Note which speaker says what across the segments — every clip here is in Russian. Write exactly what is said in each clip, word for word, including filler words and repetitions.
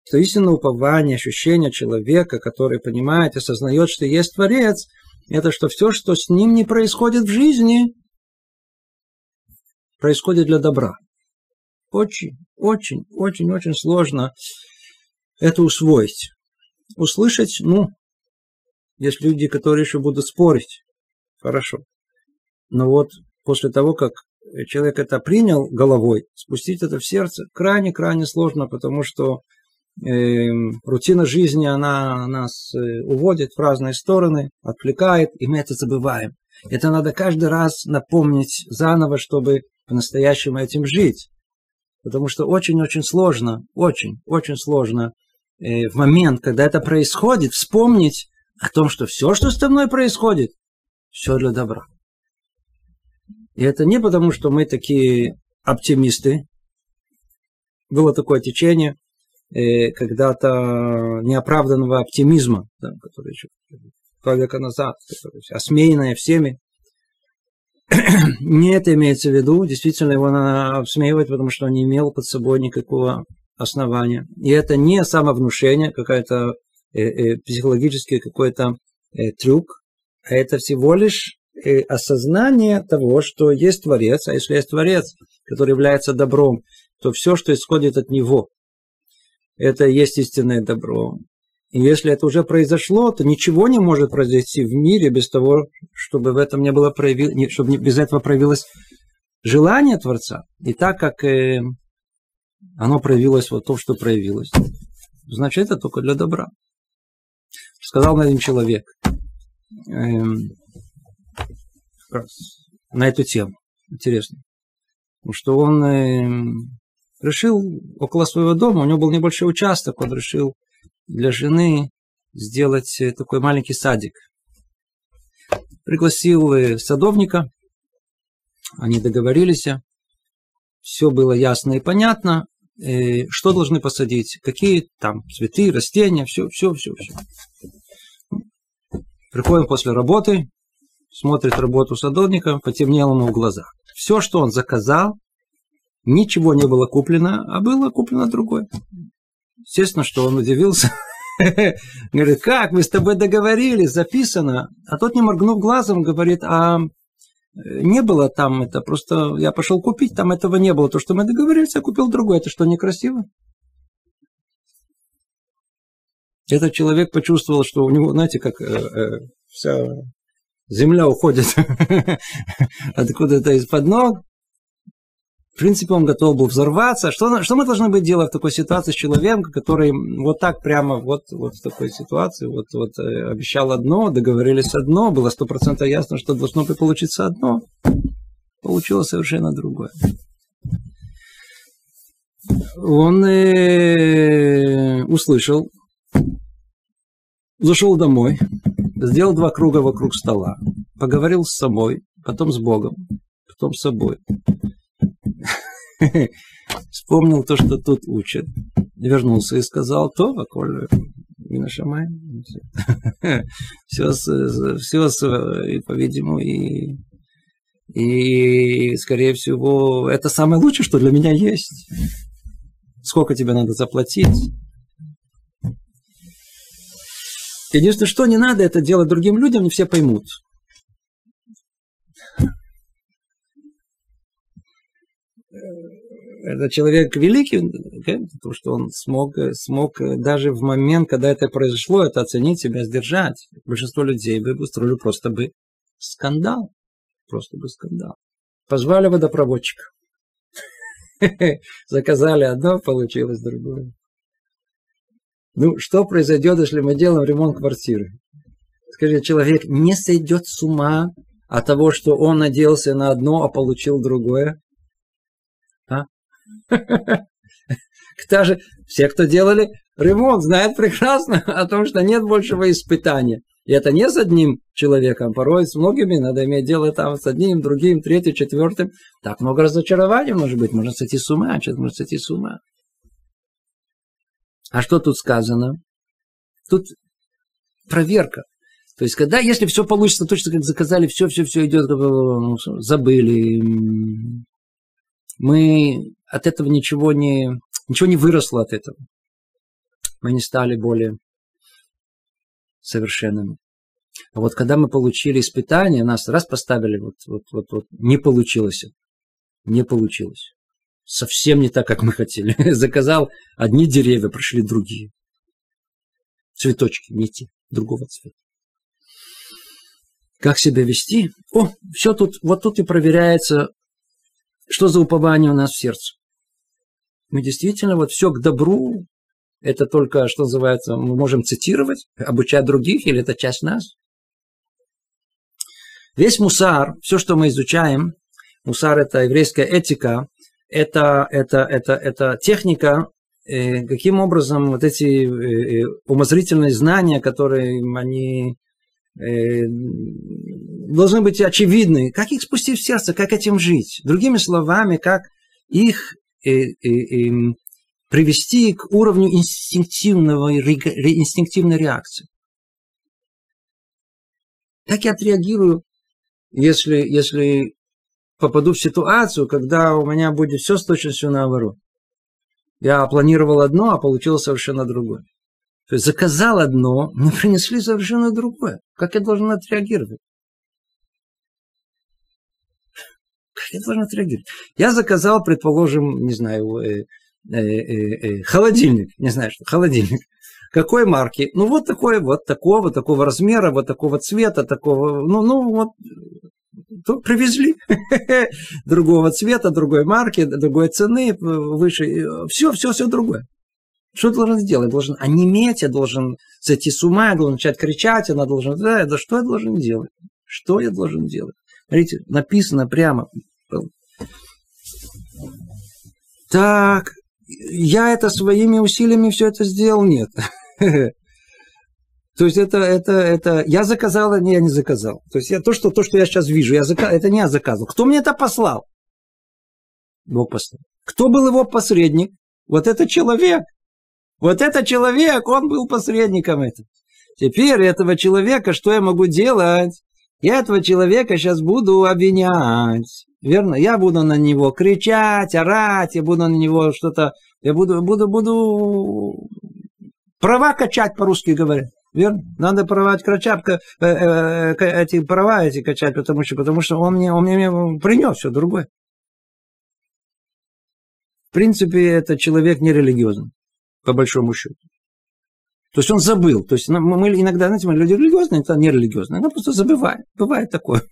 Speaker 1: что истинное упование, ощущение человека, который понимает и осознает, что есть Творец, это что все, что с ним не происходит в жизни, происходит для добра. Очень, очень, очень, очень сложно это усвоить. Услышать, ну, есть люди, которые еще будут спорить. Хорошо. Но вот после того, как человек это принял головой, спустить это в сердце крайне-крайне сложно, потому что э, рутина жизни, она нас э, уводит в разные стороны, отвлекает, и мы это забываем. Это надо каждый раз напомнить заново, чтобы по-настоящему этим жить. Потому что очень-очень сложно, очень-очень сложно э, в момент, когда это происходит, вспомнить о том, что все, что со мной происходит, все для добра. И это не потому, что мы такие оптимисты. Было такое течение э, когда-то неоправданного оптимизма, да, который еще два века назад, который осмеянное всеми. Не это имеется в виду. Действительно, его надо обсмеивать, потому что он не имел под собой никакого основания. И это не самовнушение, какая-то э, э, психологический какой-то э, трюк, а это всего лишь э, осознание того, что есть Творец, а если есть Творец, который является добром, то все, что исходит от Него, это и есть истинное добро. И если это уже произошло, то ничего не может произойти в мире без того, чтобы в этом не было прояви... чтобы без этого проявилось желание Творца. И так как э, оно проявилось вот то, что проявилось, значит, это только для добра. Сказал мне один человек э, на эту тему. Интересно. Потому что он э, решил около своего дома, у него был небольшой участок, он решил для жены сделать такой маленький садик. Пригласил садовника, они договорились, все было ясно и понятно, что должны посадить, какие там цветы, растения, все, все, все, все. Приходим после работы, смотрит работу садовника, потемнело ему в глазах. Все, что он заказал, ничего не было куплено, а было куплено другое. Естественно, что он удивился. Говорит, как, мы с тобой договорились, записано. А тот, не моргнув глазом, говорит, а не было там это, просто я пошел купить, там этого не было. То, что мы договорились, я купил другое. Это что, некрасиво? Этот человек почувствовал, что у него, знаете, как э, э, вся земля уходит откуда-то из-под ног. В принципе, он готов был взорваться. Что, что мы должны быть делать в такой ситуации с человеком, который вот так прямо вот, вот в такой ситуации вот, вот, э, обещал одно, договорились одно, было сто процентов ясно, что должно бы получиться одно. Получилось совершенно другое. Он э, услышал, зашел домой, сделал два круга вокруг стола, поговорил с собой, потом с Богом, потом с собой. Вспомнил то, что тут учат. Вернулся и сказал, то, аколь, минашамай. Все, все, и, по-видимому, и, и, скорее всего, это самое лучшее, что для меня есть. Сколько тебе надо заплатить? Единственное, что не надо это делать другим людям, не все поймут. Это человек великий, okay? Потому что он смог, смог даже в момент, когда это произошло, это оценить себя, сдержать. Большинство людей бы устроили просто бы скандал. Просто бы скандал. Позвали водопроводчика. Заказали одно, получилось другое. Ну, что произойдет, если мы делаем ремонт квартиры? Скажите, человек не сойдет с ума от того, что он надеялся на одно, а получил другое? А? Кто же, все, кто делали ремонт, знают прекрасно о том, что нет большего испытания. И это не с одним человеком, порой с многими надо иметь дело там с одним, другим, третьим, четвертым. Так много разочарований может быть, можно сойти с ума, что-то может сойти с ума. А что тут сказано? Тут проверка. То есть, когда, если все получится точно как заказали, все-все-все идет, забыли, мы от этого ничего не, ничего не выросло от этого. мы не стали более совершенными. А вот когда мы получили испытание, нас раз поставили, вот, вот, вот, вот не получилось. Не получилось. Совсем не так, как мы хотели. Заказал одни деревья, пришли другие. Цветочки не те, другого цвета. Как себя вести? О, все тут, вот тут и проверяется, что за упование у нас в сердце. Мы действительно, вот все к добру, это только, что называется, мы можем цитировать, обучать других, или это часть нас? Весь мусар, все, что мы изучаем, мусар – это еврейская этика, это, это, это, это техника, э, каким образом вот эти э, умозрительные знания, которые они э, должны быть очевидны, как их спустить в сердце, как этим жить. Другими словами, как их э, э, э, привести к уровню инстинктивного, инстинктивной реакции. Как я отреагирую, если, если попаду в ситуацию, когда у меня будет все с точностью наоборот. Я планировал одно, а получилось совершенно другое. То есть заказал одно, мне принесли совершенно другое. Как я должен отреагировать? Как я должен отреагировать? Я заказал, предположим, не знаю, э, э, э, э, холодильник. Не знаю, что холодильник. Какой марки? Ну, вот такой, вот такого, такого размера, вот такого цвета, такого, ну, ну, вот, то привезли. Другого цвета, другой марки, другой цены, выше, все, все, все другое. Что я должен сделать? Я должен онеметь, я должен сойти с ума, я должен начать кричать, она должна, да, да, что я должен делать? Что я должен делать? Смотрите, написано прямо. Так, я это своими усилиями все это сделал? Нет. То есть это, это, это, я заказал, а не, я не заказал. То есть я, то, что, то, что я сейчас вижу, я заказ, это не я заказывал. Кто мне это послал? Бог послал. Кто был его посредник? Вот этот человек. Вот этот человек, он был посредником этого. Теперь этого человека, что я могу делать? Я этого человека сейчас буду обвинять. Верно? Я буду на него кричать, орать, я буду на него что-то, я буду, буду, буду права качать, по-русски говоря. Верно? Надо права качать, э, э, э, эти права эти качать, потому что, потому что он мне, он мне принес все другое. В принципе, это человек нерелигиозный, по большому счету. То есть он забыл. То есть мы иногда, знаете, мы люди религиозные, это нерелигиозные. Она просто забывает. Бывает такое.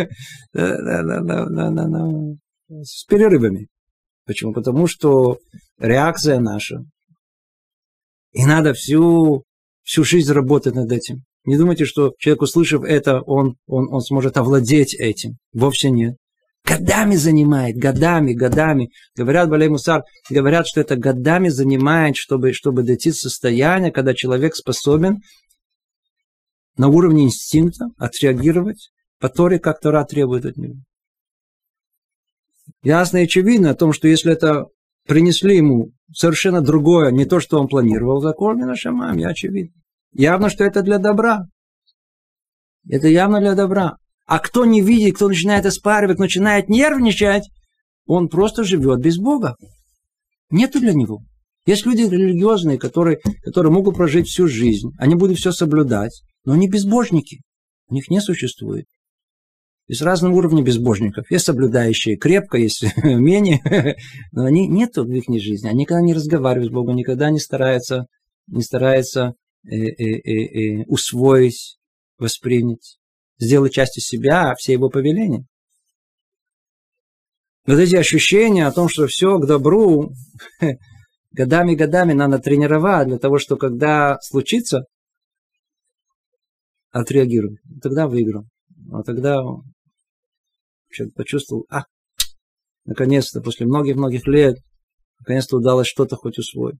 Speaker 1: С перерывами. Почему? Потому что реакция наша. И надо всю, всю жизнь работать над этим. Не думайте, что человек, услышав это, он, он, он сможет овладеть этим. Вовсе нет. Годами занимает, годами, годами. Говорят, Балей Мусар, говорят, что это годами занимает, чтобы, чтобы дойти до состояния, когда человек способен на уровне инстинкта отреагировать по Торе, как Тора требует от него. Ясно и очевидно о том, что если это принесли ему совершенно другое, не то, что он планировал, закон на шамам, я очевидно. Явно, что это для добра. Это явно для добра. А кто не видит, кто начинает оспаривать, кто начинает нервничать, он просто живет без Бога. Нету для него. Есть люди религиозные, которые, которые могут прожить всю жизнь, они будут все соблюдать, но они безбожники. У них не существует. Есть разные уровни безбожников. Есть соблюдающие крепко, есть менее, но они нету в их жизни. Они никогда не разговаривают с Богом, никогда не стараются, не стараются э, э, э, э, усвоить, воспринять. Сделать частью себя, все его повеления. Вот эти ощущения о том, что все к добру, годами-годами надо тренировать для того, что когда случится, отреагировать. Тогда выиграл. А тогда почувствовал, а, наконец-то, после многих-многих лет, наконец-то удалось что-то хоть усвоить.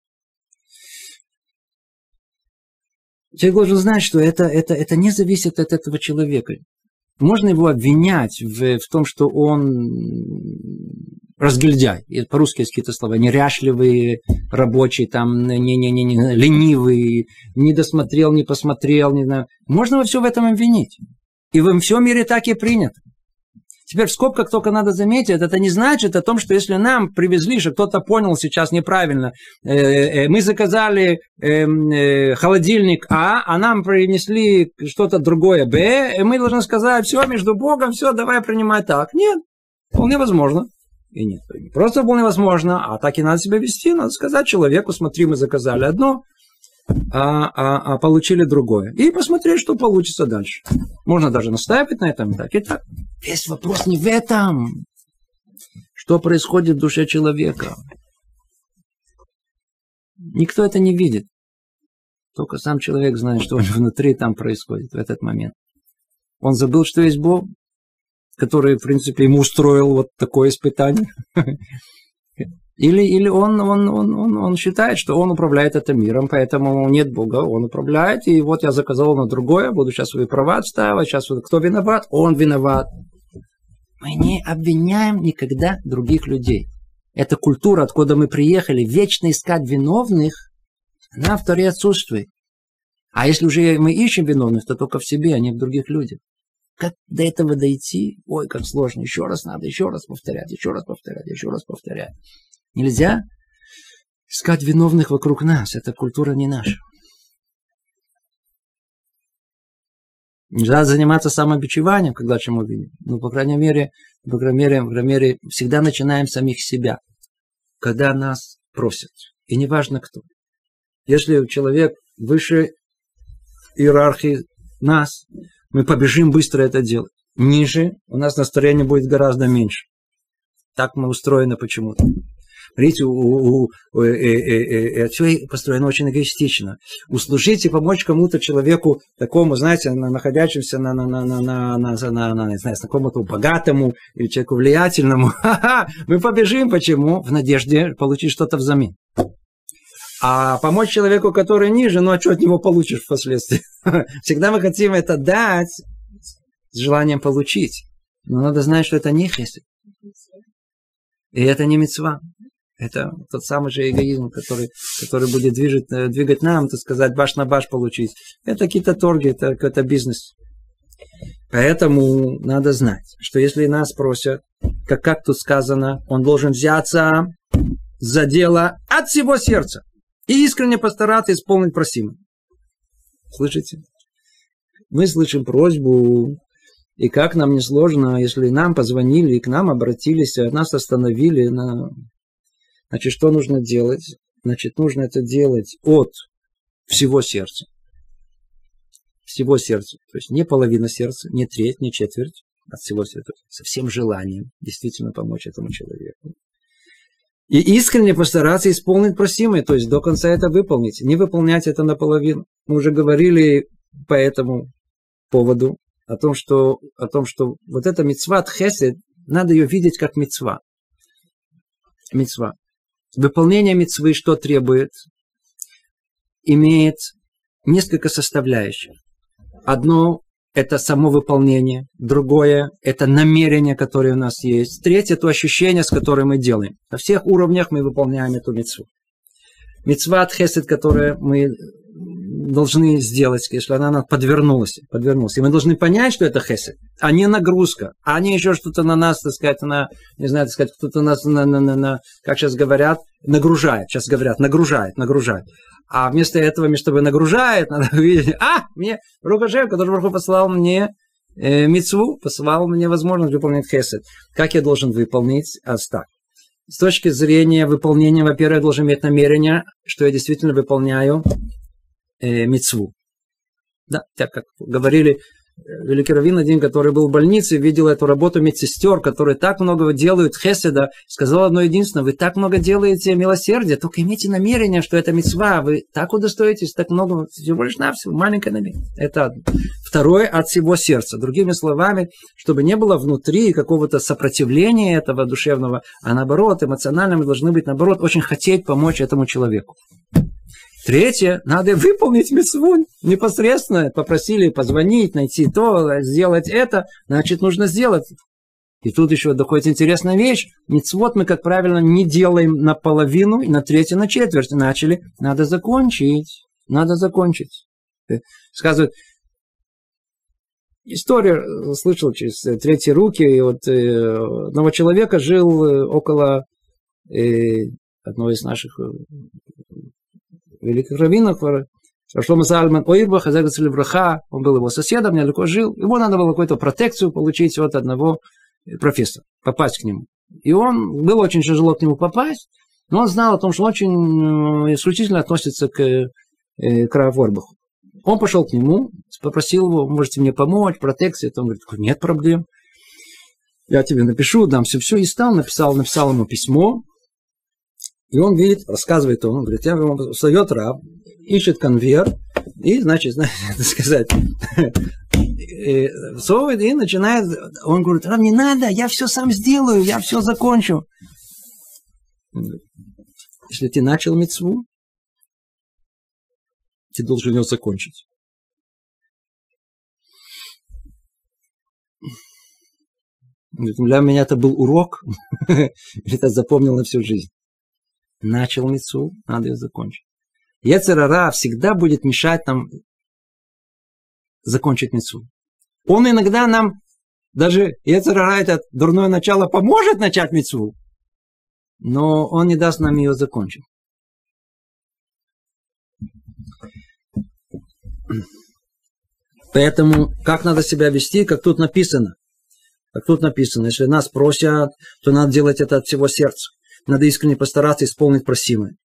Speaker 1: Человек должен знать, что это, это, это не зависит от этого человека. Можно его обвинять в, в том, что он разгильдяй. По-русски есть какие-то слова. Неряшливый, рабочий, там, не, не, не, не, ленивый, не досмотрел, не посмотрел. Не знаю. Можно во все в этом обвинить. И во всем мире так и принято. Теперь в скобках только надо заметить, это не значит о том, что если нам привезли, что кто-то понял сейчас неправильно, мы заказали холодильник А, а нам принесли что-то другое Б, и мы должны сказать, все, между Богом, все, давай принимай так. Нет, вполне возможно. И нет, не просто вполне возможно, а так и надо себя вести, надо сказать человеку, смотри, мы заказали одно, А, а, а получили другое. И посмотреть, что получится дальше. Можно даже настаивать на этом. Так и так. Весь вопрос не в этом. Что происходит в душе человека? Никто это не видит. Только сам человек знает, что внутри там происходит в этот момент. Он забыл, что есть Бог, который, в принципе, ему устроил вот такое испытание. Или, или он, он, он, он, он считает, что он управляет этим миром, поэтому нет Бога, он управляет, и вот я заказал на другое, буду сейчас свои права отстаивать, сейчас вот кто виноват? Он виноват. Мы не обвиняем никогда других людей. Эта культура, откуда мы приехали, вечно искать виновных, она в Торе отсутствует. А если уже мы ищем виновных, то только в себе, а не в других людях. Как до этого дойти? Ой, как сложно. Еще раз надо, еще раз повторять, еще раз повторять, еще раз повторять. Нельзя искать виновных вокруг нас. Эта культура не наша. Нельзя заниматься самобичеванием, когда чему виним. Ну, по крайней мере, по крайней мере, по крайней мере, всегда начинаем с самих себя, когда нас просят. И неважно кто. Если человек выше иерархии нас, мы побежим быстро это делать. Ниже у нас настроение будет гораздо меньше. Так мы устроены почему-то. Смотрите, у, у, у, э, э, э, все построено очень эгоистично. Услужить и помочь кому-то, человеку такому, знаете, находящемуся на, на, на, на, на, на, на, на не знаю, какому-то богатому или человеку влиятельному. Ха-ха, мы побежим. Почему? В надежде получить что-то взамен. А помочь человеку, который ниже, ну а что от него получишь впоследствии? Всегда мы хотим это дать с желанием получить. Но надо знать, что это не хесед. И это не мицва. Это тот самый же эгоизм, который, который будет движет, двигать нам, так сказать, баш на баш получить. Это какие-то торги, это какой-то бизнес. Поэтому надо знать, что если нас просят, как, как тут сказано, он должен взяться за дело от всего сердца и искренне постараться исполнить просимое. Слышите? Мы слышим просьбу, и как нам не сложно, если нам позвонили, и к нам обратились, нас остановили на... Значит, что нужно делать? Значит, нужно это делать от всего сердца. Всего сердца. То есть не половина сердца, не треть, не четверть. От всего сердца. Со всем желанием действительно помочь этому человеку. И искренне постараться исполнить просимое. То есть до конца это выполнить. Не выполнять это наполовину. Мы уже говорили по этому поводу о том, что, о том, что вот эта мицват хесед, надо ее видеть как мицва. Мицва. Выполнение мицвы что требует? Имеет несколько составляющих. Одно – это само выполнение. Другое – это намерение, которое у нас есть. Третье – это ощущение, с которым мы делаем. На всех уровнях мы выполняем эту мицву. Мицват хесед, которую мы должны сделать, если она нам подвернулась, подвернулась. И мы должны понять, что это хесед, а не нагрузка, а не еще что-то на нас, так сказать, на, не знаю, так сказать, кто-то нас, на, на, на, на, как сейчас говорят, нагружает. Сейчас говорят, нагружает, нагружает. А вместо этого, вместо того, нагружает, надо увидеть, а, мне, Рукашев, который Бог послал мне э, мицву, послал мне возможность выполнить хесед. Как я должен выполнить? А так. С точки зрения выполнения, во-первых, я должен иметь намерение, что я действительно выполняю э, мицву. Да, так как говорили, великий раввин один, который был в больнице, видел эту работу медсестер, которые так много делают хеседа, сказал одно единственное: вы так много делаете милосердия, только имейте намерение, что это мицва, вы так удостоитесь, так много, всего лишь навсего, маленькое намерение. Это одно. Второе, от всего сердца. Другими словами, чтобы не было внутри какого-то сопротивления этого душевного, а наоборот, эмоционально мы должны быть, наоборот, очень хотеть помочь этому человеку. Третье, надо выполнить мицву непосредственно. Попросили позвонить, найти то, сделать это, значит, нужно сделать. И тут еще доходит интересная вещь. Мицвот мы, как правило, не делаем наполовину, на третью, на четверть. Начали, надо закончить. Надо закончить. Сказывают, история, слышал через третьи руки, и вот э, одного человека жил около э, одного из наших великих раввинов, Шломо Зальман Ойрбах, Хазар Левраха, он был его соседом, недалеко жил, ему надо было какую-то протекцию получить от одного профессора, попасть к нему. И он, было очень тяжело к нему попасть, но он знал о том, что он очень исключительно относится к, к Рав Ойрбаху. Он пошел к нему, попросил его, можете мне помочь, протекция. Он говорит, нет проблем, я тебе напишу, дам все-все. И стал, написал, написал ему письмо, и он видит, рассказывает он, он говорит, я вам встает Рав, ищет конверт, и, значит, знаете, сказать, совывает и начинает, он говорит, Рав, не надо, я все сам сделаю, я все закончу. Если ты начал мицву, ты должен ее закончить. Для меня это был урок, это запомнил на всю жизнь. Начал мицву, надо ее закончить. Йецер ара всегда будет мешать нам закончить мицву. Он иногда нам, даже Йецер ара, это дурное начало, поможет начать мицву, но он не даст нам ее закончить. Поэтому, как надо себя вести, как тут написано. Как тут написано, если нас просят, то надо делать это от всего сердца. Надо искренне постараться исполнить просимое.